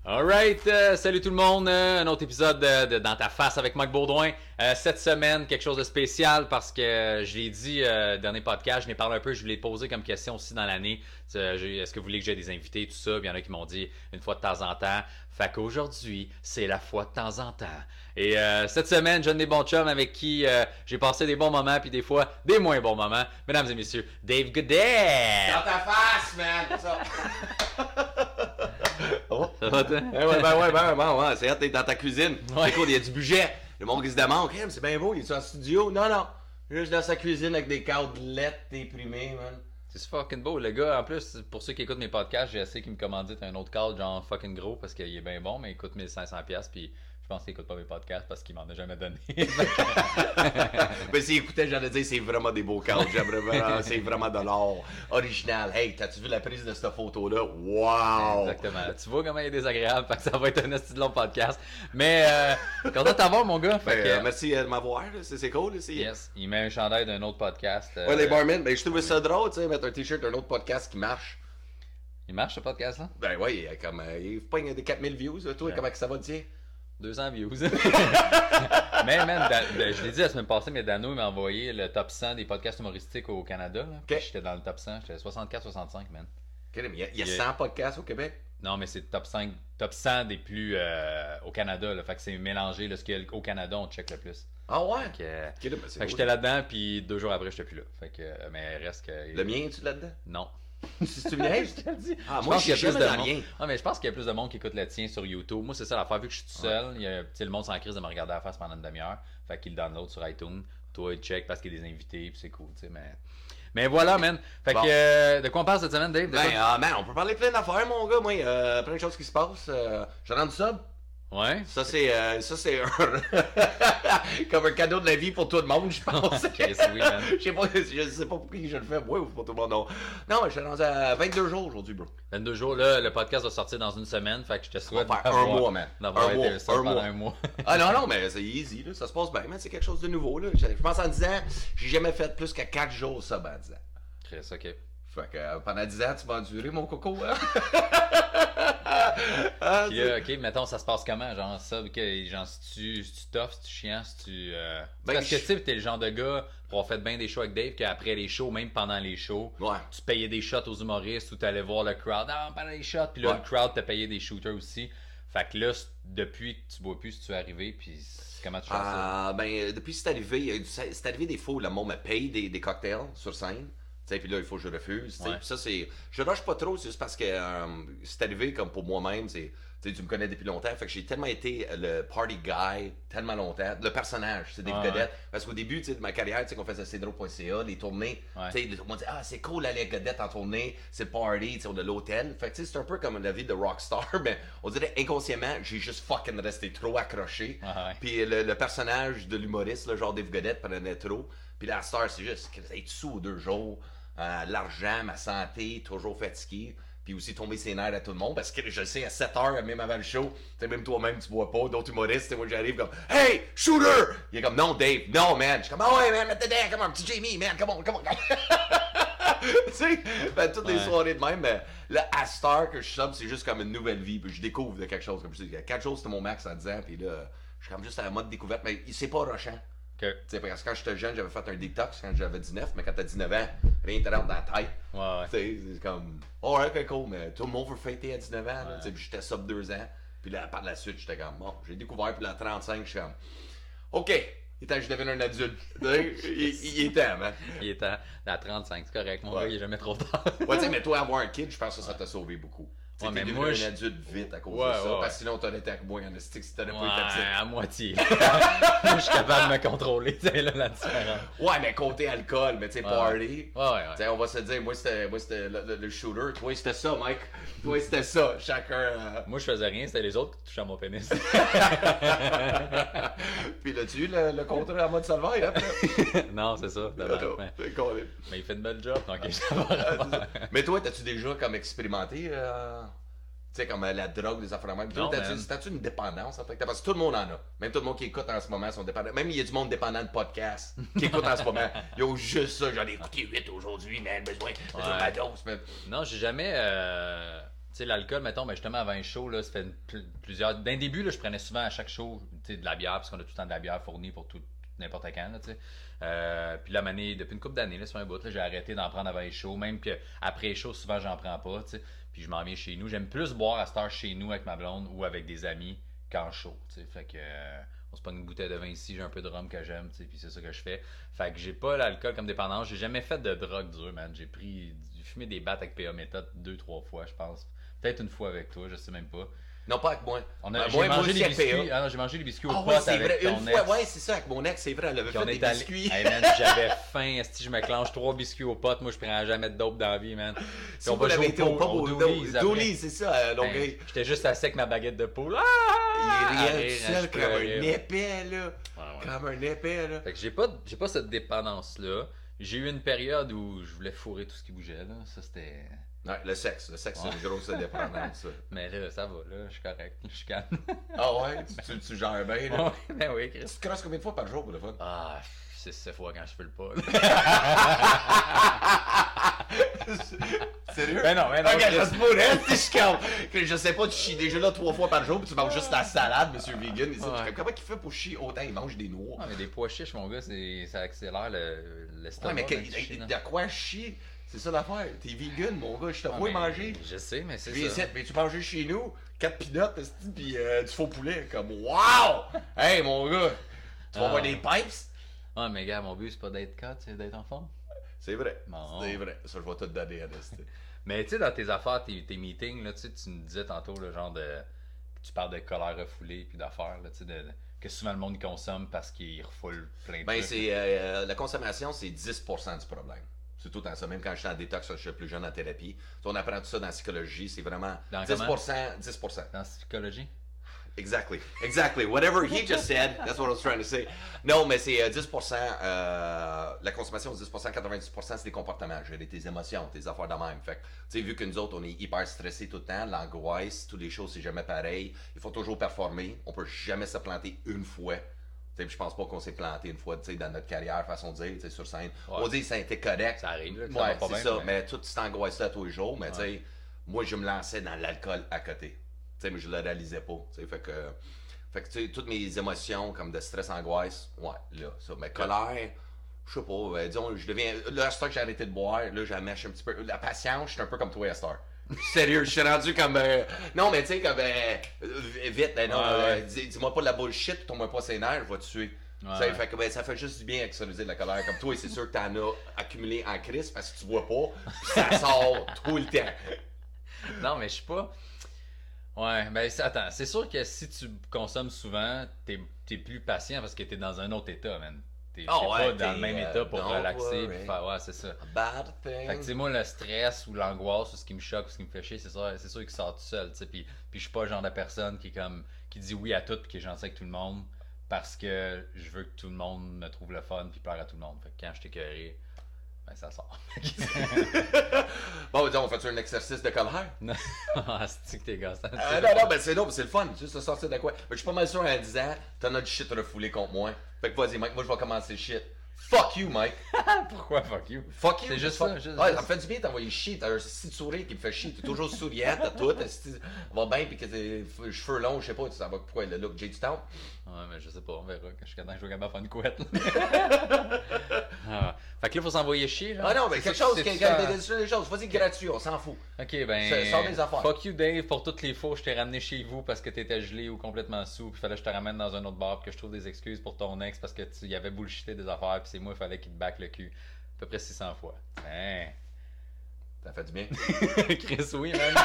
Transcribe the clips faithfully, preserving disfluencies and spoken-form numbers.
Alright, euh, salut tout le monde, euh, un autre épisode de, de Dans ta face avec Mike Baudouin. Euh, cette semaine, quelque chose de spécial parce que euh, je l'ai dit euh, dernier podcast, je n'ai parlé un peu, je voulais poser comme question aussi dans l'année. Euh, Est-ce que vous voulez que j'ai des invités, tout ça? Puis il y en a qui m'ont dit une fois de temps en temps. Fait qu'aujourd'hui, c'est la fois de temps en temps. Et euh, cette semaine, j'ai un des bons chums avec qui euh, j'ai passé des bons moments puis des fois des moins bons moments. Mesdames et messieurs, Dave Goodette! Dans ta face, man! Ça. Oh, ça va, toi? Ouais, ouais, ben, ouais, ben, ben, ouais, c'est hâte d'être dans ta cuisine. Ouais. C'est cool, il y a du budget. Le monde qui se demande, okay, c'est bien beau, il est en studio? Non, non. Juste dans sa cuisine avec des cadres lettres déprimés, man. C'est fucking beau, le gars. En plus, pour ceux qui écoutent mes podcasts, j'ai essayé qu'il me commandite un autre cadre, genre fucking gros, parce qu'il est bien bon, mais il coûte mille cinq cents dollars, puis je pense qu'il écoute pas mes podcasts parce qu'il m'en a jamais donné. Mais s'il écoutait, j'allais dire, c'est vraiment des beaux cadres. J'aimerais vraiment, c'est vraiment de l'or original. Hey, t'as-tu vu la prise de cette photo-là? Wow! Exactement. Tu vois comment il est désagréable, fait que ça va être un esti de long podcast. Mais, euh, content de t'avoir, mon gars. Fait Ben, que, euh, merci de m'avoir, c'est c'est cool. Ici. yes, il met un chandail d'un autre podcast. euh, Ouais, les barmen, ben, je trouvais ça drôle, tu sais, mettre un t-shirt d'un autre podcast qui marche. Il marche, ce podcast-là? Ben, ouais, il, comme, euh, il pogne des quatre mille views, là, toi, Ouais. comment que ça va, tiens? deux cents views. Mais man, Dan- ben, je l'ai dit la semaine passée, mais Dano il m'a envoyé le top cent des podcasts humoristiques au Canada. Là. Puis J'étais dans le top cent, j'étais soixante-quatre soixante-cinq, man. Ok, mais il y a, il y a Il y a- cent podcasts au Québec? Non, mais c'est top cinq, top cent des plus euh, au Canada. Là. Fait que c'est mélangé. Là, ce qu'il y a au Canada, on check le plus. Ah ouais? Fait que, euh, Ok, là, ben, c'est fait que cool. j'étais là-dedans, puis deux jours après, j'étais plus là. Fait que, euh, mais reste que. Le mien, es-tu là-dedans? Non. Si tu me niaises? Je te le dis. Ah, Je moi, pense je qu'il suis y a plus jamais de dans monde. rien. Ah, mais je pense qu'il y a plus de monde qui écoute le tien sur YouTube. Moi, c'est ça l'affaire. Vu que je suis tout seul, il y a, tu sais, le monde s'en crise de me regarder à la face pendant une demi-heure. Fait qu'il le download sur iTunes. Toi, il check parce qu'il y a des invités, puis c'est cool, tu sais. Mais... mais voilà, man. Fait Bon. que, euh, de quoi on parle cette semaine, Dave? De Ben, quoi? ah, man, on peut parler de plein d'affaires, mon gars, moi. Euh, plein de choses qui se passent. Euh, je rentre sub. Ouais. Ça, c'est euh, ça c'est un... comme un cadeau de la vie pour tout le monde, je pense. Ok, c'est oui, man. Je sais pas, je sais pas pour qui je le fais, moi ou pour tout le monde, non. Non, je suis rendu à vingt-deux jours aujourd'hui, bro. vingt-deux jours, là, le podcast va sortir dans une semaine. Fait que je te souhaite On va faire un d'avoir- mois, man. d'avoir Un été mois, ça un pendant mois. un mois. Ah non, non, mais c'est easy, là. Ça se passe bien, man. C'est quelque chose de nouveau, là. Je je pense en dix ans, j'ai jamais fait plus que quatre jours sub en dix ans. Chris, ok. Fait que euh, pendant dix ans, tu vas endurer, mon coco, hein? Ah, Puis là, ok, mettons, ça se passe comment? Genre, ça, que, genre, si tu, si tu tough, si tu chiant, si tu. Euh... Ben, Parce que je- tu sais, t'es le genre de gars pour avoir fait bien des shows avec Dave, qu'après les shows, même pendant les shows, Ouais. tu payais des shots aux humoristes ou t'allais voir le crowd. Ah, pendant les shots. Puis là, Ouais. le crowd t'a payé des shooters aussi. Fait que là, c- depuis que tu bois plus, si tu es arrivé, puis c- comment tu fais ça? Ah, ben, euh, depuis que c'est arrivé, il y a eu- c'est c'est arrivé des fois où le monde me paye des, des cocktails sur scène. Tu sais, puis là, il faut que je refuse. tu sais. Ouais. Puis ça, c'est. Je rush pas trop, c'est juste parce que euh, c'est arrivé comme pour moi-même. C'est. Tu sais, tu me connais depuis longtemps. Fait que j'ai tellement été le party guy tellement longtemps. Le personnage, c'est des Ouais, vedettes. ouais. Parce qu'au début, tu sais, de ma carrière, tu sais, qu'on faisait cedro point c a, les tournées. Ouais. Tu sais, tout le monde dit, ah, c'est cool, aller avec Godette en tournée. C'est le party, tu sais, on a l'hôtel. Fait que, tu sais, c'est un peu comme la vie de rockstar. Mais on dirait inconsciemment, j'ai juste fucking resté trop accroché. Ouais, ouais. Puis le, le personnage de l'humoriste, là, genre Dave Godette, prenait trop. Puis la star, c'est juste être sous deux jours, euh, l'argent, ma santé, toujours fatigué. Puis aussi tomber ses nerfs à tout le monde. Parce que je sais, à sept heures, même avant le show, tu sais, même toi-même, tu bois pas. D'autres humoristes, tu sais, moi j'arrive comme Hey, shooter! Il est comme Non, Dave, non, man. Je suis comme Ah ouais, man, mets dedans, come on, petit Jamie, man, come on, come on. Tu sais, ben, toutes les Ouais. soirées de même, ben, là, à Star que je sub, c'est juste comme une nouvelle vie. Puis je découvre de quelque chose. Comme je dis, quatre jours, c'était mon max en dix ans. Puis là, je suis comme juste à la mode découverte. Mais c'est pas rushant. Ok. Tu sais, parce que quand j'étais jeune, j'avais fait un détox quand j'avais dix-neuf, mais quand t'as dix-neuf ans, rien te rentre dans la tête. Ouais, ouais. Tu sais, c'est comme, oh, ouais, ok, cool, mais tout le monde veut fêter à dix-neuf ans. là, Ouais. tu sais, puis j'étais sub deux ans. Puis là, par la suite, j'étais comme, bon, j'ai découvert, puis là, à trente-cinq, je suis comme, ok, il est temps que je devienne un adulte. Tu sais, il, il est temps, man. Il est à, à trente-cinq, c'est correct, mon Ouais. gars, il est jamais trop tard. Ouais, tu sais, mais toi, avoir un kid, je pense que ça, ça t'a sauvé beaucoup. Tu sais, Ouais, t'es mais devenu moi, un je- adulte vite à cause Ouais, de ça. ouais, ouais. Parce que sinon, t'aurais été avec moi en stick si t'aurais pas Ouais, été petit. à moitié. Je suis capable de me contrôler, c'est là la différence. Ouais, mais côté alcool, mais tu sais, Ouais. party. Ouais, ouais, ouais. Tu sais, on va se dire, moi c'était, moi, c'était le, le- le shooter, toi c'était ça, Mike. Toi c'était ça, chacun. euh, Moi, je faisais rien, c'était les autres qui touchaient à mon pénis. Puis là-dessus, le, le contrat en mode salvaille, hein? Non, c'est ça. d'abord, mais, C'est con, mais- mais il fait une belle job, donc ça va. Mais toi, t'as-tu déjà comme expérimenté, euh, tu sais, comme euh, la drogue, des affaires de même? Non, Toi, t'as-tu, man. t'as-tu une dépendance en fait? Parce que tout le monde en a. Même tout le monde qui écoute en ce moment sont dépendants. Même il y a du monde dépendant de podcasts qui écoute en ce moment. Ils ont juste ça. J'en ai écouté huit aujourd'hui, man. Besoin, besoin de ma dose. Mais... Non, j'ai jamais. Euh... sais, l'alcool, mettons, ben justement, avant un show, là, ça fait une- pl- plusieurs. D'un début, là, je prenais souvent à chaque show, tu sais, de la bière, parce qu'on a tout le temps de la bière fournie pour tout, n'importe quand, là, tu sais. Euh, puis là, mané, depuis une couple d'années, là, sur un bout, là, j'ai arrêté d'en prendre avant les shows, même qu'après les shows, souvent, j'en prends pas, tu sais. Puis je m'en viens chez nous. J'aime plus boire à cette heure chez nous avec ma blonde ou avec des amis qu'en show, tu sais. Fait que. Euh, on se prend une bouteille de vin ici, j'ai un peu de rhum que j'aime, tu sais, puis c'est ça que je fais. Fait que j'ai pas l'alcool comme dépendance. J'ai jamais fait de drogue dure, man. J'ai pris, j'ai fumé des battes avec P A méthode deux, trois fois, je pense. Peut-être une fois avec toi, je sais même pas. Non, pas avec moi. On a, Ben, j'ai moi, mangé moi des aussi, biscuits. P A. Ah non, j'ai mangé des biscuits Ah aux ouais, potes c'est vrai. avec ton Une ex. fois, ouais, c'est ça, avec mon ex, c'est vrai, elle avait Puis on fait des est allé- biscuits. Hey, man, j'avais faim. Si je me clenche trois biscuits aux potes, moi je prends jamais de dope dans la vie, man. Puis Si on vous va jouer l'avez été au pool, pub au au Doolies après. Doolies, c'est ça, à Ben, Longueuil. J'étais juste assis avec ma baguette de poule. Ah! Il À riait rire, tout à seul je comme pleurais, un ouais. épais, là. Ouais, ouais. Comme un épais, là. Fait que j'ai pas, j'ai pas cette dépendance-là. J'ai eu une période où je voulais fourrer tout ce qui bougeait, là. Ça, c'était... Ouais, le sexe. Le sexe, Ouais. c'est une grosse dépendance, ça. Mais là, ça va, là. Je suis correct. Je suis calme. Ah ouais? Tu, tu, tu gères bien, là. Ouais, ben oui, Chris. Tu te crosses combien de fois par jour pour le fun? Ah, c'est sept fois quand je fais le pas. Sérieux? Ben non, ben non. Ok, Chris. je sais pas, hein, si je compte. Que Je sais pas, tu chies déjà là trois fois par jour, puis tu manges juste la salade, monsieur vegan. Ici. Ouais. Comment il fait pour chier autant? Il mange des noix. Ah, mais des pois chiches, mon gars, c'est, ça accélère le, l'estomac. Ouais, mais que- quand tu chies, là. de quoi chier? C'est ça l'affaire. T'es vegan, mon gars. Je te Ah, vois mais manger. Je sais, mais c'est Puis ça. ici, mais tu manges chez nous, quatre pinottes, puis euh, du faux poulet. Comme, wow! Hey, mon gars, tu vas Ah. avoir des pipes? Ah, mais gars, mon but, c'est pas d'être cut, c'est d'être en forme. C'est vrai. Bon. C'est vrai. Ça, je vais te donner, Ernest. Mais tu sais, dans tes affaires, tes, tes meetings, là, tu sais, tu me disais tantôt, le genre de. Tu parles de colère refoulée, puis d'affaires, là, tu sais, de, de- que souvent le monde consomme parce qu'il refoule plein de Ben, trucs. c'est euh, la consommation, c'est dix pour cent du problème. C'est tout dans ça. Même quand j'étais en détox, je suis plus jeune en thérapie. Tu sais, on apprend tout ça dans la psychologie. C'est vraiment Dans dix comment? pour cent, dix pour cent. Dans la psychologie? Exactly. Exactly. Whatever he just said, that's what I was trying to say. Non, mais c'est euh, dix pour cent, euh, la consommation, dix pour cent, quatre-vingt-dix pour cent, c'est des comportements. Gérer tes émotions, tes affaires de même. Fait que, tu sais, vu que nous autres, on est hyper stressés tout le temps, l'angoisse, toutes les choses, c'est jamais pareil. Il faut toujours performer. On peut jamais se planter une fois. Tu sais, je pense pas qu'on s'est planté une fois, tu sais, dans notre carrière, façon de dire, tu sais, sur scène. Ouais. On dit que ça a été correct. Ça arrive, là, que ça Ouais, va pas c'est bien, ça. mais- Mais toute cette angoisse-là tous les jours, mais tu Ouais. sais, moi, je me lançais dans l'alcool à côté. Tu sais, mais je le réalisais pas. Tu sais, fait que, fait que, tu sais, toutes mes émotions, comme de stress, angoisse, ouais, là, ça. Mais colère, je sais pas, euh, disons, je deviens. Là, à cette heure que j'ai arrêté de boire, là, j'en mâche un petit peu. La patience, je suis un peu comme toi à cette heure. Sérieux, je suis rendu comme. euh, Non, mais tu sais, comme. euh, euh, vite, ben non, Ouais, euh, ouais. dis- dis-moi pas de la bullshit, tombe-moi pas ses nerfs, je vais te tuer. Ouais, Tu sais, ouais. fait que, ben, ça fait juste du bien extérioriser de la colère. Comme toi, c'est sûr que t'en as accumulé en crise parce que tu vois pas, puis ça sort tout le temps. Non, mais je suis pas. Ouais, ben c'est- attends, c'est sûr que si tu consommes souvent, t'es, t'es plus patient parce que t'es dans un autre état, man. T'es, Ah t'es ouais, pas dans le t'es, même euh, état pour don't relaxer worry. puis faire. Ouais, c'est ça. Bad thing. Fait que tu sais, moi, le stress ou l'angoisse ou ce qui me choque ou ce qui me fait chier, c'est ça, c'est sûr qu'il sort tout seul, tu sais. Puis, puis je suis pas le genre de personne qui est comme qui dit oui à tout puis qui est gentil avec tout le monde parce que je veux que tout le monde me trouve le fun puis plaire à tout le monde. Fait que quand je t'écœuré, ben ça sort. Bon, disons, on fait un exercice de colère? Non, ah, c'est que t'es gossant. Euh, non, non, ben c'est non, c'est le fun, juste de sortir de quoi. Mais je suis pas mal sûr en disant, t'en as du shit refoulé contre moi. Fait que vas-y, Mike, moi je vais commencer le shit. Fuck you, Mike. Pourquoi fuck you? Fuck you. C'est juste fuck- ça, juste- Ouais, juste- ça me fait du bien d'envoyer chier. T'as un petit sourire qui me fait chier. T'es toujours souriant, t'as tout. t'as sti- va bien, pis que tes f- cheveux longs, je sais pas, tu ça va pourquoi le look J du Town. Ouais, mais je sais pas, on verra quand je suis capable de jouer à faire une couette. Ah. Fait que là, faut s'envoyer chier, genre. Ah non, mais C'est quelque ça- chose, c'est qui ça. des, des, des choses. Vas-y, gratuit, on s'en fout. Ok, ben. Ça- sors des affaires. Fuck you, Dave, pour toutes les fois où je t'ai ramené chez vous parce que t'étais gelé ou complètement sous, puis fallait que je te ramène dans un autre bar, puis que je trouve des excuses pour ton ex parce que tu y avais bullshité des affaires, puis c'est moi, il fallait qu'il te back le cul. À peu près six cents fois. Hein. Ça fait du bien. Chris, oui, man.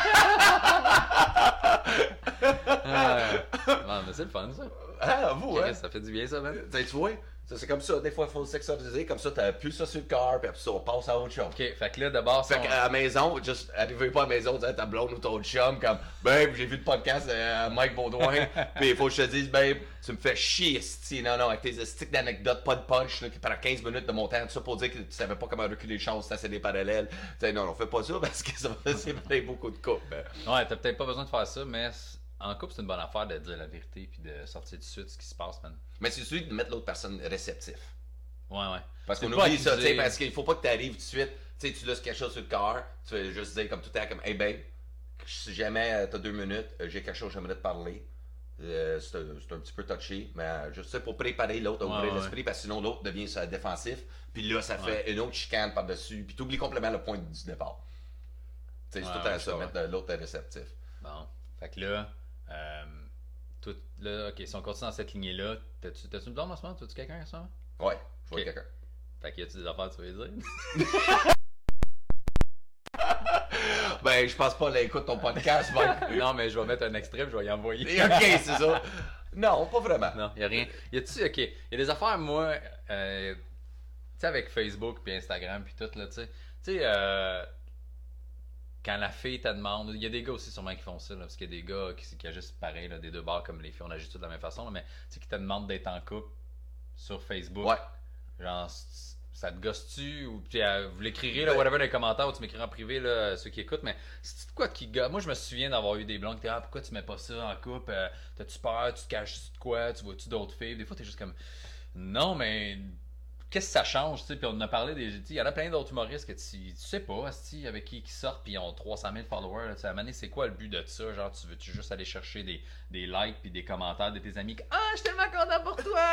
Ah. Non, mais c'est le fun, ça. Ah, vous, hein? Chris, ça fait du bien, ça, man. Tu sais, tu vois, ça, c'est comme ça. Des fois, il faut sexualiser. Comme ça, t'as plus ça sur le corps, puis après ça, on passe à autre chose. Ok, fait que là, d'abord, Fait si on- qu'à la maison, juste, arrivez pas à la maison, dire à ta blonde ou ton chum, comme, babe, j'ai vu le podcast à Mike Baudouin, pis il faut que je te dise, babe, tu me fais chier, esti. Non, non, avec tes sticks d'anecdotes, pas de punch, là, qui prend quinze minutes de mon temps, tout ça pour dire que tu savais pas comment reculer les choses, c'est des parallèles. Tu sais, non, on fait pas ça parce que ça va séparer beaucoup de couples. Ouais, t'as peut-être pas besoin de faire ça, mais c- en couple, c'est une bonne affaire de dire la vérité puis de sortir tout de suite ce qui se passe, man. Mais c'est celui de mettre l'autre personne réceptif. Ouais, ouais. Parce C'est qu'on pas oublie ça, tu sais, accuser. parce qu'il faut pas que tu arrives tout de suite, tu sais, tu laisses quelque chose sur le cœur, tu vas juste dire comme tout le temps, comme, hey babe, si jamais tu as deux minutes, euh, j'ai quelque chose que j'aimerais te parler. Euh, c'est, un, c'est un petit peu touché, mais euh, je sais pour préparer l'autre à Ouais, ouvrir ouais. l'esprit, parce que sinon l'autre devient sur le défensif. Puis là, ça fait Ouais. une autre chicane par-dessus. Puis tu oublies complètement le point du départ. Tu sais, c'est Ouais, tout à ouais, je ça, comprends. mettre l'autre réceptif. Bon. Fait que là, euh, tout, là, ok, si on continue dans cette lignée-là, t'as-tu, t'as-tu une blonde en ce moment? T'as-tu quelqu'un en ce moment? Ouais, je vois Ok. quelqu'un. Fait que y a-tu des affaires, tu veux dire? Ben, je pense pas, là, écoute ton podcast, Mike. Non, mais je vais mettre un extrait, puis je vais y envoyer. Ok, c'est ça. Non, pas vraiment. Non, y a rien. Y a-tu, ok, y a des affaires, moi, euh, tu sais, avec Facebook, puis Instagram, puis tout, là, tu sais, tu sais, euh, quand la fille te demande, il y a des gars aussi sûrement qui font ça, là, parce qu'il y a des gars qui, qui agissent pareil, là, des deux bords comme les filles, on agit tous de la même façon, là, mais tu sais, qui te demandent d'être en couple sur Facebook. Ouais. Genre, c- ça te gosse-tu? Ou puis, euh, vous l'écrirez, là, whatever, dans les commentaires, ou tu m'écris en privé, là, ceux qui écoutent, mais c'est quoi qui gosse? Moi, je me souviens d'avoir eu des blondes qui étaient, ah, pourquoi tu mets pas ça en couple? Euh, T'as-tu peur? Tu te caches de quoi? Tu vois-tu d'autres filles? Des fois, t'es juste comme, non, mais qu'est-ce que ça change, tu sais? Puis on en a parlé des. Il y en a plein d'autres humoristes que tu, tu sais pas, asti, avec qui qui sortent, puis ils ont trois cent mille followers. Là, tu sais, à un moment donné, c'est quoi le but de ça? Genre, tu veux-tu juste aller chercher des, des likes puis des commentaires de tes amis? Ah, je suis tellement content pour toi!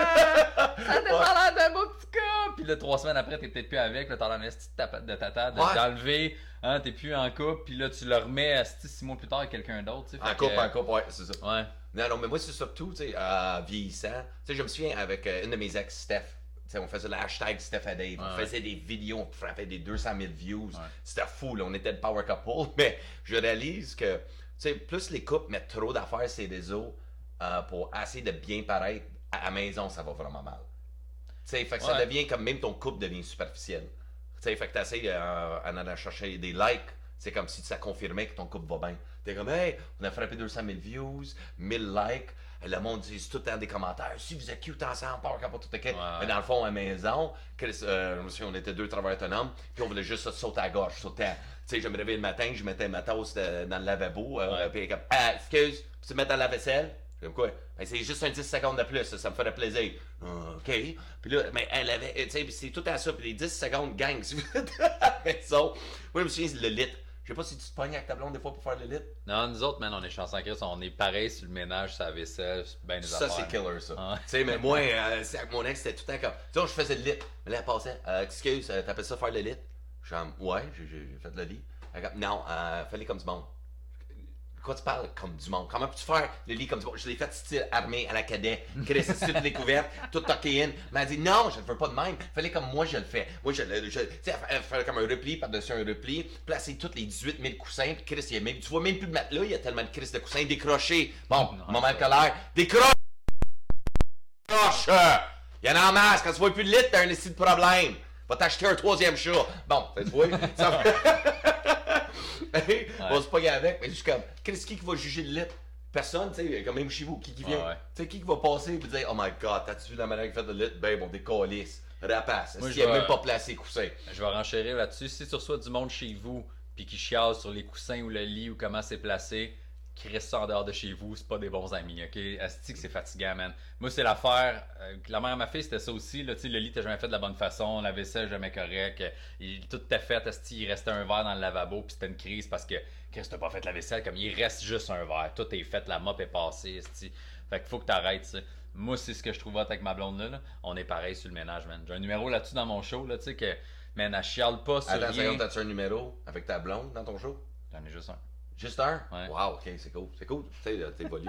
Ça t'a pas l'air d'un beau petit gars! Puis là, trois semaines après, t'es peut-être plus avec, là, t'as l'air d'un esti de tapa- de tata, de Ouais. t'enlever, hein, t'es plus en couple, puis là, tu le remets asti, six mois plus tard avec quelqu'un d'autre, tu sais. En fait couple, que- en couple, ouais, c'est ça. Ouais. Non, non, mais moi, c'est surtout, tu sais, en vieillissant. Tu sais, je me souviens avec euh, une de mes ex, Steph. Tu sais, on faisait le hashtag Steph à Dave. On Ouais. faisait des vidéos, on frappait des deux cent mille views. Ouais. C'était fou, là. On était le power couple. Mais je réalise que, tu sais, plus les couples mettent trop d'affaires sur les réseaux euh, pour essayer de bien paraître, à la maison, ça va vraiment mal. Tu sais, fait que ça Ouais. devient comme même ton couple devient superficiel. Tu sais, fait que t'essayes euh, en allant chercher des likes. C'est comme si ça confirmait que ton couple va bien. T'es comme, hey, on a frappé deux cent mille views, mille likes. Le monde dit tout le temps des commentaires. Si vous êtes cute ensemble, pas quand pas tout le temps. Ouais. Mais dans le fond, à la maison, Chris, euh, je me souviens, on était deux travailleurs autonomes, puis on voulait juste se sauter à la gorge tout le temps. Tu sais, je me réveillais le matin, je mettais ma toast euh, dans le lavabo, euh, Ouais. puis elle est comme, ah, excuse, tu mets dans la vaisselle? Comme quoi? Ben, c'est juste un dix secondes de plus, ça, ça me ferait plaisir. Ah, OK. Puis là, mais elle avait, tu sais, c'est tout à ça, puis les dix secondes gang, si vous êtes à la maison. Moi, je me souviens, c'est le lit. Je sais pas si tu te pognes avec ta blonde des fois pour faire le lit. Non, nous autres, man, on est chanceux en Christ, on est pareil sur le ménage, sur la vaisselle, sur ben des Ça, affaires. c'est killer, ça. Ah ouais. Tu sais, mais moi, euh, c'est avec mon ex, c'était tout le temps comme. Tu sais, je faisais le lit. Mais là, elle passait. Euh, excuse, euh, t'appelles ça faire le lit? Je suis comme, ouais, j'ai, j'ai j'ai fait le lit. Elle est comme, non, euh, fais-le comme du monde. Quoi tu parles comme du monde? Comment peux-tu faire le lit comme du monde? Je l'ai fait style armé à la cadet, Chris, style découverte, tout tucké in. Mais elle dit, non, je le fais pas de même. Fais-le comme moi, je le fais. Moi, je le. je- Tu sais, elle fait comme un repli par-dessus un repli, placer tous les dix-huit mille coussins, puis Chris, il y a même, tu vois même plus de matelas, il y a tellement de Chris de coussins décrochés. Bon, Non, moment de ça- colère. Décroche! Décroche! Il y en a en masse, quand tu vois plus de lit, t'as un esti de problème. Va t'acheter un troisième chat. Bon, tu vois, ça Hey, on se pogne avec, mais je suis comme, qu'est-ce qui qui va juger le lit? Personne, tu sais, comme même chez vous, qui, qui vient, Ouais, ouais. tu sais, qui qui va passer et dire, oh my god, t'as-tu vu la manière qu'il fait de lit? Ben bon, des calices, rapace, Moi, est-ce je qu'il a vais- même pas placé les coussins? Je vais renchérir là-dessus. Si tu reçois du monde chez vous, puis qui chiale sur les coussins ou le lit ou comment c'est placé, qui reste ça en dehors de chez vous, c'est pas des bons amis, ok? Asti que c'est fatigant, man. Moi, c'est l'affaire. euh, la mère de ma fille, c'était ça aussi. Là, tu sais, le lit, t'as jamais fait de la bonne façon, la vaisselle, jamais correct. euh, il- tout était fait, Asti, il restait un verre dans le lavabo, puis c'était une crise parce que, Chris, t'as pas fait la vaisselle, comme il reste juste un verre. Tout est fait, la mop est passée, Asti. Fait qu'il faut que t'arrêtes, ça. Moi, c'est ce que je trouve hot avec ma blonde là, là. On est pareil sur le ménage, man. J'ai un numéro là-dessus dans mon show, là, tu sais, que, man, elle chiale pas sur Attends, rien. seconde, t'as-tu un numéro avec ta blonde dans ton show? J'en ai juste un. Juste un? Ouais. Wow, ok, c'est cool, c'est cool. Tu sais, là, t'évolues.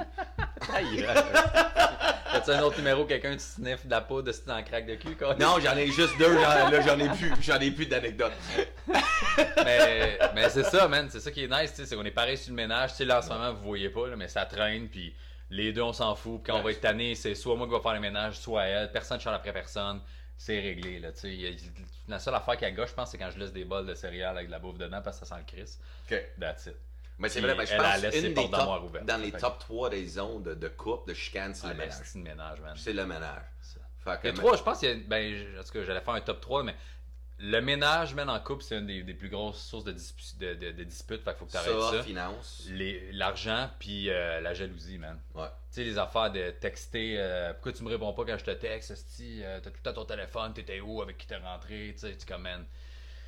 T'as-tu un autre numéro, quelqu'un qui sniffe de la poudre de dans le crack de cul, quoi? Non, j'en ai juste deux, j'en- là j'en ai plus, j'en ai plus d'anecdotes. mais, mais c'est ça, man. C'est ça qui est nice, tu sais. C'est qu'on est pareil sur le ménage. Tu sais, là, en ce moment, vous voyez pas, là, mais ça traîne, puis les deux, on s'en fout. Puis quand on va être tanné, c'est soit moi qui va faire le ménage, soit elle. Personne ne chante après personne. C'est réglé, là, tu sais. Il y a- La seule affaire qui a gauche, je pense, c'est quand je laisse des bols de céréales avec de la bouffe dedans parce que ça sent le Chris. Ok. That's it. Mais c'est Puis vrai, mais je elle a pense laissé une les des portes d'armoire top, ouvertes. dans les Fait que- top trois raisons de, de couple, de chicane, c'est Ah, le mais ménage. c'est le ménage, man. C'est le ménage. Ça. Fait que, Il y a trois, je pense, qu'il y a, ben, je- en tout cas, j'allais faire un top trois, mais le ménage, man, en couple, c'est une des, des plus grosses sources de, dispu- de, de, de disputes. Fait qu'il faut que tu arrêtes ça, ça. finance. Les- L'argent, puis euh, la jalousie, man. Ouais. Tu sais, les affaires de texter, euh, pourquoi tu me réponds pas quand je te texte, esti, euh, t'as tout le temps ton téléphone, t'étais où, avec qui t'es rentré, tu sais, tu comme, man.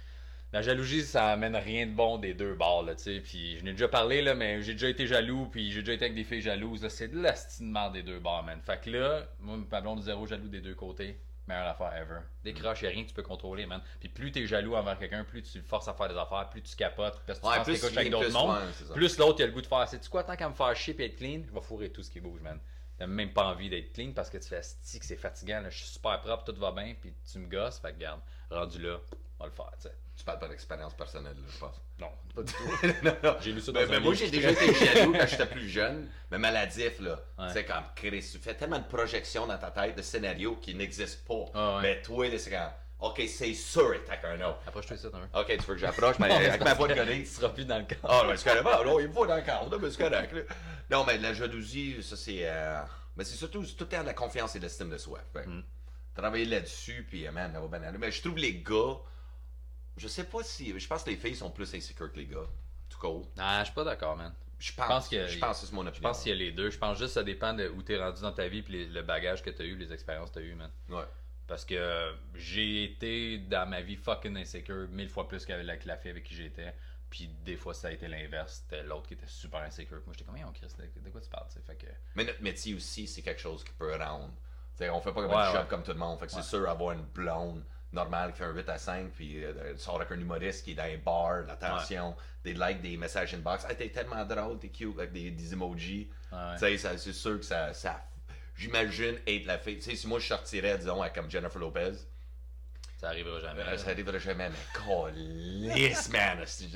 La jalousie, ça amène rien de bon des deux bords, là, tu sais. Puis je n'ai déjà parlé, là, mais j'ai déjà été jaloux, puis j'ai déjà été avec des filles jalouses. Là, c'est de l'asti de merde des deux bords, man. Fait que là, moi, ma blonde zéro jaloux des deux côtés. Meilleure affaire ever. Décroche, y'a rien que tu peux contrôler, man. Puis plus t'es jaloux envers quelqu'un, plus tu le forces à faire des affaires, plus tu capotes, parce que tu Ouais, penses que plus t'écoutes tu avec viens, d'autres plus, mondes. ouais, c'est ça. Plus l'autre, il a le goût de faire. C'est-tu quoi, tant qu'à me faire chier et être clean, je vais fourrer tout ce qui bouge, man. T'as même pas envie d'être clean parce que tu fais asti que c'est fatigant, là. Je suis super propre, tout va bien, puis tu me gosses, fait que garde, rendu là, on va le faire, tu sais. Tu parles pas d'expérience personnelle, là, je pense. Non, pas du tout. non, non. J'ai lu ça dans Mais, un mais livre. moi, j'ai déjà été jaloux quand j'étais plus jeune, mais maladif, là. Ouais. Tu sais, comme Chris, tu fais tellement de projections dans ta tête, de scénarios qui n'existent pas. Ah ouais. Mais toi, là, c'est quand. Ok, c'est sûr, et t'as un autre. Approche-toi de ça, t'as un. Ok, tu veux que j'approche, mais avec ma voix de Tu gonnée. seras plus dans le cadre. Ah, mais c'est correct. Ah, non, il me faut dans le cadre, là, mais c'est correct, là. Non, mais la jalousie, ça, c'est. Euh... Mais c'est surtout tout le temps de la confiance et de l'estime de soi. Fait. Mm. Travailler là-dessus, puis, euh, man, ça va bien aller. Mais je trouve les gars. Je sais pas si. Je pense que les filles sont plus insécures que les gars. Tout court. Ah, je suis pas d'accord, man. Je pense. pense que- je pense que c'est mon opinion. Je pense qu'il y a les deux. Je pense juste que ça dépend de où t'es rendu dans ta vie puis les- le bagage que t'as eu, les expériences que t'as eu, man. Ouais. Parce que euh, j'ai été dans ma vie fucking insécure mille fois plus qu'avec la, que la fille avec qui j'étais. Puis des fois ça a été l'inverse. C'était l'autre qui était super insécure. Moi j'étais comme, hey, on Chris, de, de quoi tu parles, tu sais. Fait que. Mais notre métier aussi, c'est quelque chose qui peut rendre. T'sais, on fait pas comme Ouais, un job ouais. comme tout le monde. Fait que Ouais. c'est sûr, avoir une blonde normale qui fait un huit à cinq, puis euh, sort avec un humoriste qui est dans un bar, l'attention, des likes, des messages inbox. Hey, t'es tellement drôle, t'es cute, avec des, des emojis. Ouais. T'sais, ça- c'est sûr que ça. ça J'imagine être la fille. T'sais, si moi je sortirais, disons, avec comme Jennifer Lopez, Ça arrivera jamais. euh, là. ça arriverait jamais, mais calisse, man! c'est-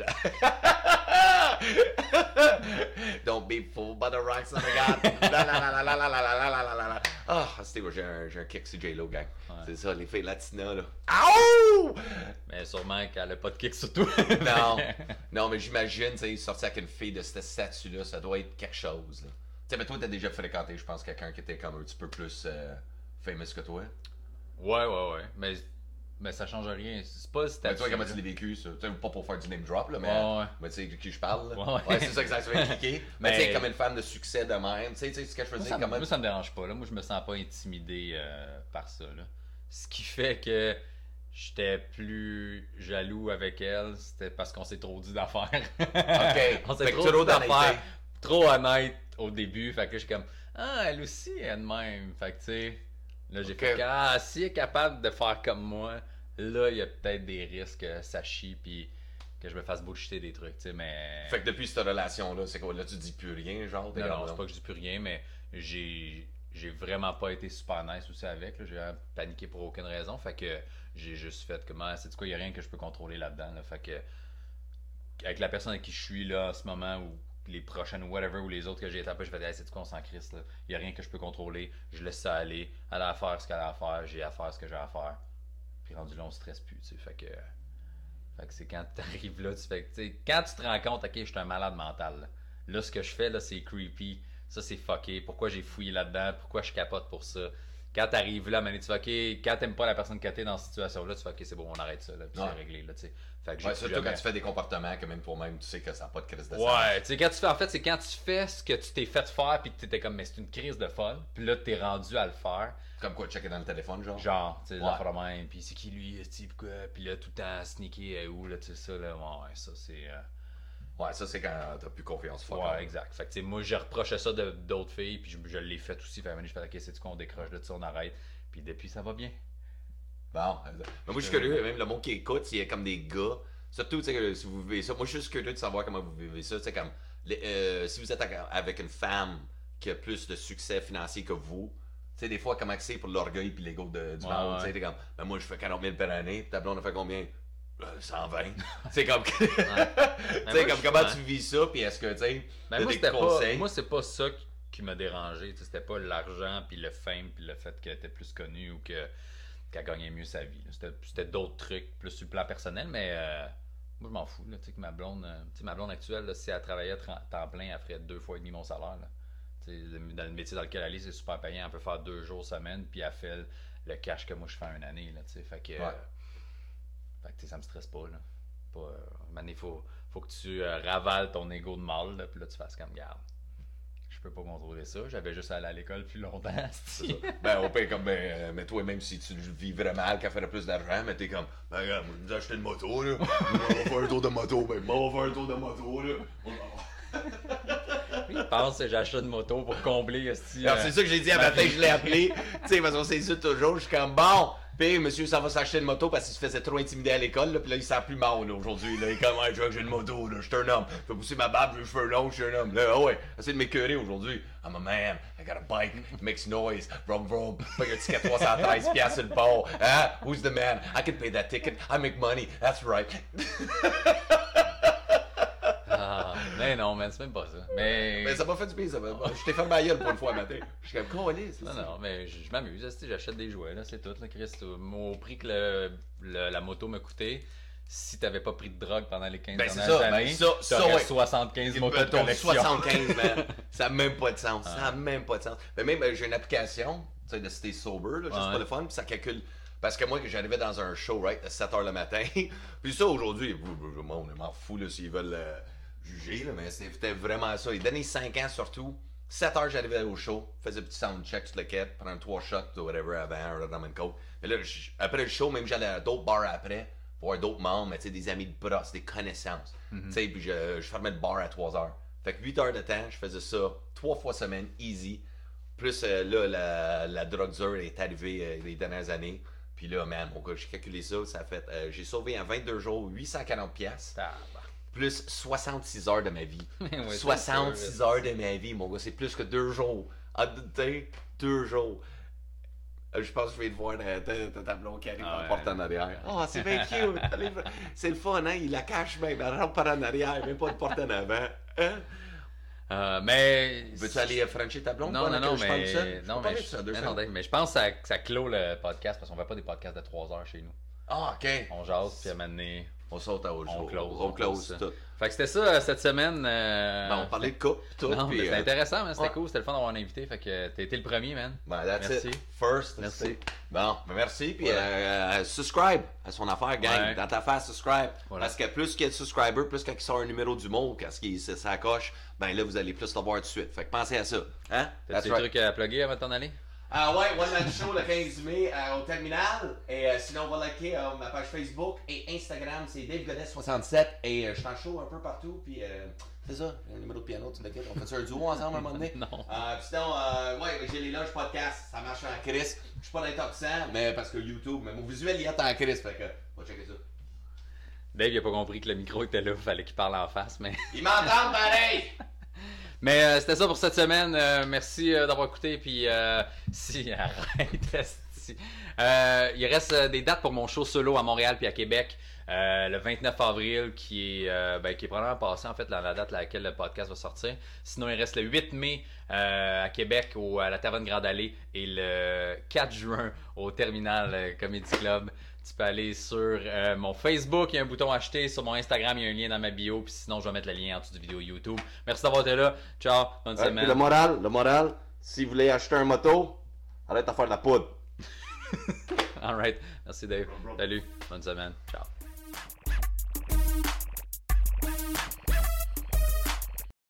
Don't be fooled by the rocks on the god. La la la la la la la la la la la la. Ah, c'était j'ai un, j'ai un kick sur J-Lo, gang. Ouais. C'est ça, les filles latinas, là. Aouh! Mais sûrement qu'elle a pas de kick sur tout. Non, non, mais j'imagine, tu sais, sortir avec une fille de cette statut-là, ça doit être quelque chose, là. Tu sais, mais toi, t'as déjà fréquenté, je pense, quelqu'un qui était comme un petit peu plus euh, famous que toi. Ouais, ouais, ouais. Mais, mais ça change rien. C'est pas le Mais statut. toi, comment tu là. l'as vécu, ça? Tu sais, pas pour faire du name drop, là, mais, Ouais, ouais. mais tu sais, de qui je parle, là. Ouais, ouais. c'est ça exactement, cliquer. Mais, Mais- tu sais, comme une femme de succès de même, tu sais, tu sais ce que je veux Moi, dire, ça, comment... moi, ça me dérange pas. Là. Moi, je me sens pas intimidé euh, par ça. Là. Ce qui fait que j'étais plus jaloux avec elle, c'était parce qu'on s'est trop dit d'affaires. Ok. On s'est Fait que trop trop dit d'affaires. d'honnêteté. Trop honnête au début. Fait que je suis comme, ah, elle aussi, elle de même. Fait que tu sais, là, j'ai Ok. fait, ah, si elle est capable de faire comme moi, là, il y a peut-être des risques que ça chie, puis que je me fasse bullshiter des trucs, tu sais, mais. Fait que depuis cette relation-là, c'est quoi? Là, tu dis plus rien, genre? t'es Non, comme, non, c'est pas que je dis plus rien, mais j'ai j'ai vraiment pas été super nice aussi avec. là. J'ai vraiment paniqué pour aucune raison. Fait que j'ai juste fait comment, c'est quoi, il y a rien que je peux contrôler là-dedans. Là. Fait que avec la personne avec qui je suis là en ce moment ou les prochaines whatever ou les autres que j'ai été après, je vais dire, c'est quoi, on s'en crisse là. Il y a rien que je peux contrôler. Je laisse ça aller. Elle a à faire ce qu'elle a à faire. J'ai à faire ce que j'ai à faire. Puis rendu là, on stresse plus. Tu sais. Fait que fait que c'est quand tu arrives là, tu fais que, tu sais, quand tu te rends compte, ok, je suis un malade mental. Là, Là, ce que je fais, là, c'est creepy. Ça, c'est fucké. Pourquoi j'ai fouillé là-dedans? Pourquoi je capote pour ça? Quand t'arrives là, man, tu fais, ok, quand t'aimes pas la personne que t'es dans cette situation-là, tu fais, ok, c'est bon, on arrête ça, là, puis Ouais. c'est réglé, là, tu sais. Fait que j'ai Ouais, plus surtout jamais- quand tu fais des comportements que même pour même, tu sais que ça n'a pas de crise de sens. Ouais, tu sais, quand tu fais, en fait, c'est quand tu fais ce que tu t'es fait faire, puis que t'étais comme, mais c'est une crise de folle, puis là, t'es rendu à le faire. Comme quoi, checker dans le téléphone, genre? Genre, tu sais, Ouais. l'affaire de même, puis c'est qui lui, tu sais, pourquoi, puis là, tout le temps sneaker, euh, où, là, tu sais, ça, là, ouais, ça, c'est. euh, Ouais, ça, c'est quand t'as plus confiance. fuck Ouais, off. exact. Fait que, tu sais, moi, je reprochais ça de- d'autres filles, puis je, je l'ai fait aussi. Fait que je fais, ok, c'est-tu qu'on décroche de ça, on arrête. Puis depuis, ça va bien. Bon. Mais moi, je suis curieux, même le monde qui écoute, s'il y a comme des gars, surtout, tu sais, que si vous vivez ça, moi, je suis juste curieux de savoir comment vous vivez ça. Tu sais, comme, les- euh, si vous êtes avec une femme qui a plus de succès financier que vous, tu sais, des fois, comment c'est pour l'orgueil puis l'ego de- du Ouais, monde. ouais. Tu sais, t'es comme, ben, moi, je fais quarante mille par année, puis ta blonde a fait combien? Euh, cent vingt. C'est comme, tu sais, moi, comme je- comment ouais. tu vis ça, puis est-ce que, tu sais, Ben, t'as moi, des c'était pas, conseils? moi, c'est pas ça qui, qui m'a dérangé. Tu sais, c'était pas l'argent, puis le fame, puis le fait qu'elle était plus connue ou que, qu'elle gagnait mieux sa vie. là. C'était, c'était d'autres trucs, plus sur le plan personnel, mais euh, moi, je m'en fous. Là, tu sais, que ma blonde, euh, tu sais, ma blonde actuelle, là, si elle travaillait à tren- temps plein, elle ferait deux fois et demi mon salaire. Là. Tu sais, dans le métier dans lequel elle est, c'est super payant. Elle peut faire deux jours semaine, puis elle fait le, le cash que moi je fais en une année. Là, tu sais. Fait que, euh, Ouais. fait que tu sais, ça me stresse pas. Là. Pas, euh, man, il faut, faut que tu euh, ravales ton ego de mal, là, puis là, tu fasses comme garde. Je peux pas contrôler ça. J'avais juste à aller à l'école plus longtemps. C'est ça. Ben, on paye comme, ben, euh, mais toi, même si tu vivrais mal, qu'elle ferait plus d'argent, mais t'es comme, ben, regarde, moi, je nous ai acheté une moto, là. On va faire un tour de moto, ben, on va faire un tour de moto, là. Il pense que j'ai acheté une moto pour combler. Esti, Alors, euh, c'est ça que j'ai dit à matin, je l'ai appelé. Tu sais, parce qu'on s'est dit toujours, je suis comme, bon, puis monsieur, ça va s'acheter une moto parce qu'il se faisait trop intimider à l'école, là, puis là, il sent plus mal, là, aujourd'hui. Là, il est comme, ouais, je vois que j'ai une moto, là, je suis un homme. Fais pousser ma barbe, j'ai les cheveux longs, je suis un homme. Là, oh ouais, essaye de m'écœurer aujourd'hui. I'm a man, I got a bike, it makes noise, vroom vroom, paye un ticket trois cent treize piastres sur le port. Hein? Who's the man? I can pay that ticket, I make money, that's right. Ah, mais non, man, c'est même pas ça. Mais, Mais ça m'a fait du bien, ça. Je t'ai fait ma gueule pour une fois matin. Je suis comme, quoi, c'est non, ça. non, mais je, je m'amuse. esti, J'achète des jouets, là, c'est tout. Là, Chris, au prix que le, le- la moto m'a coûté, si t'avais pas pris de drogue pendant les quinze Ben, c'est dernières ça, ben, années, ça, ça, t'aurais ouais. soixante-quinze motos de Ton collection. soixante-quinze, man. Ça n'a même pas de sens. Ça n'a même pas de sens. Mais même, euh, j'ai une application, tu sais, de Stay Sober, là, juste Ouais. pour le fun, puis ça calcule. Parce que moi, que j'arrivais dans un show, right, à sept heures le matin. Puis ça, aujourd'hui, le monde, ils m'en fout, là, s'ils veulent euh, juger, là, mais c'était vraiment ça. Les derniers cinq ans, surtout, sept heures, j'arrivais au show, faisais un petit soundcheck sur le quête, prendre trois shots ou whatever avant, un rum and coke. Mais là, je- après le show, même j'allais à d'autres bars après, voir d'autres membres, mais tu sais, des amis de bras, des connaissances. Tu sais, puis je, je fermais le bar à trois heures. Fait que huit heures de temps, je faisais ça trois fois semaine, easy. Plus euh, là, la, la drogue dure est arrivée euh, les dernières années. Puis là, man, mon gars, j'ai calculé ça, ça a fait, euh, j'ai sauvé en vingt-deux jours huit cent quarante piastres, Tabarnak. plus soixante-six heures de ma vie. Ouais, c'est soixante-six sûr, heures de ma vie, mon gars, c'est plus que deux jours. Ah, tu sais, deux jours. Euh, Je pense que je vais te voir dans ta tableau qui arrive Ah en ouais. porte en arrière. Oh, c'est bien cute. Allez, c'est le fun, hein? Il la cache même. Elle rentre par en arrière, même pas de porte en avant. Hein? Euh, mais. Veux-tu aller euh, frencher ta blonde? Non, non, pendant non, que je parle de ça? mais. Je Non, peux mais, parler de je... ça, deux mais, secondes. non, mais je pense que ça, que ça clôt le podcast parce qu'on fait pas des podcasts de trois heures chez nous. Ah, ok. On jase, puis à un moment donné, On saute à autre on chose. close. On close ça. tout. Fait que c'était ça euh, cette semaine. euh, Ben, on parlait de couple, tout. Non, puis, mais c'était euh, intéressant, man, c'était ouais. cool, c'était le fun d'avoir un invité. Fait que t'as été le premier, man. Ben, that's Merci. it. First. Merci. c'est- Bon, ben merci. Puis, Voilà. euh, euh, subscribe à son affaire, gang. Ouais. Dans ta face, subscribe. Voilà. Parce que plus qu'il y a de subscribers, plus quand il sort un numéro d'humour, quand il s'accroche, ben là, vous allez plus le voir tout de suite. Fait que pensez à ça. Hein? T'as That's des right. trucs à plugger avant de t'en aller? Ah ouais, One Man Show le quinze mai euh, au terminal. Et euh, sinon, on va liker euh, ma page Facebook et Instagram, c'est Dave Godet soixante-sept. Et euh, je t'en show un peu partout. Puis euh, c'est ça, un numéro de piano, tu l'inquiètes. On fait ça un duo ensemble à un moment donné? Non. Euh, puis sinon, euh, ouais, j'ai les loges podcast. Ça marche en crise. Je suis pas dans les top cent, mais parce que YouTube, mais mon visuel, il est en crise. Fait que, va checker ça. Dave, il a pas compris que le micro était là, il fallait qu'il parle en face, mais. Ils m'entendent pareil! Mais euh, c'était ça pour cette semaine. Euh, merci euh, d'avoir écouté. Puis euh, si, arrête. esti. Euh, il reste euh, des dates pour mon show solo à Montréal puis à Québec. Euh, le vingt-neuf avril, qui est, euh, ben, qui est probablement passé en fait dans la date à laquelle le podcast va sortir. Sinon, il reste le huit mai euh, à Québec au, à la Taverne Grande Allée et le quatre juin au Terminal euh, Comedy Club. Tu peux aller sur euh, mon Facebook, il y a un bouton acheter. Sur mon Instagram, il y a un lien dans ma bio. Puis sinon, je vais mettre le lien en dessous de vidéo YouTube. Merci d'avoir été là. Ciao, bonne Ouais, semaine. puis le moral, le moral, si vous voulez acheter un moto, arrête de faire de la poudre. Alright. Merci Dave. Salut. Bonne semaine. Ciao.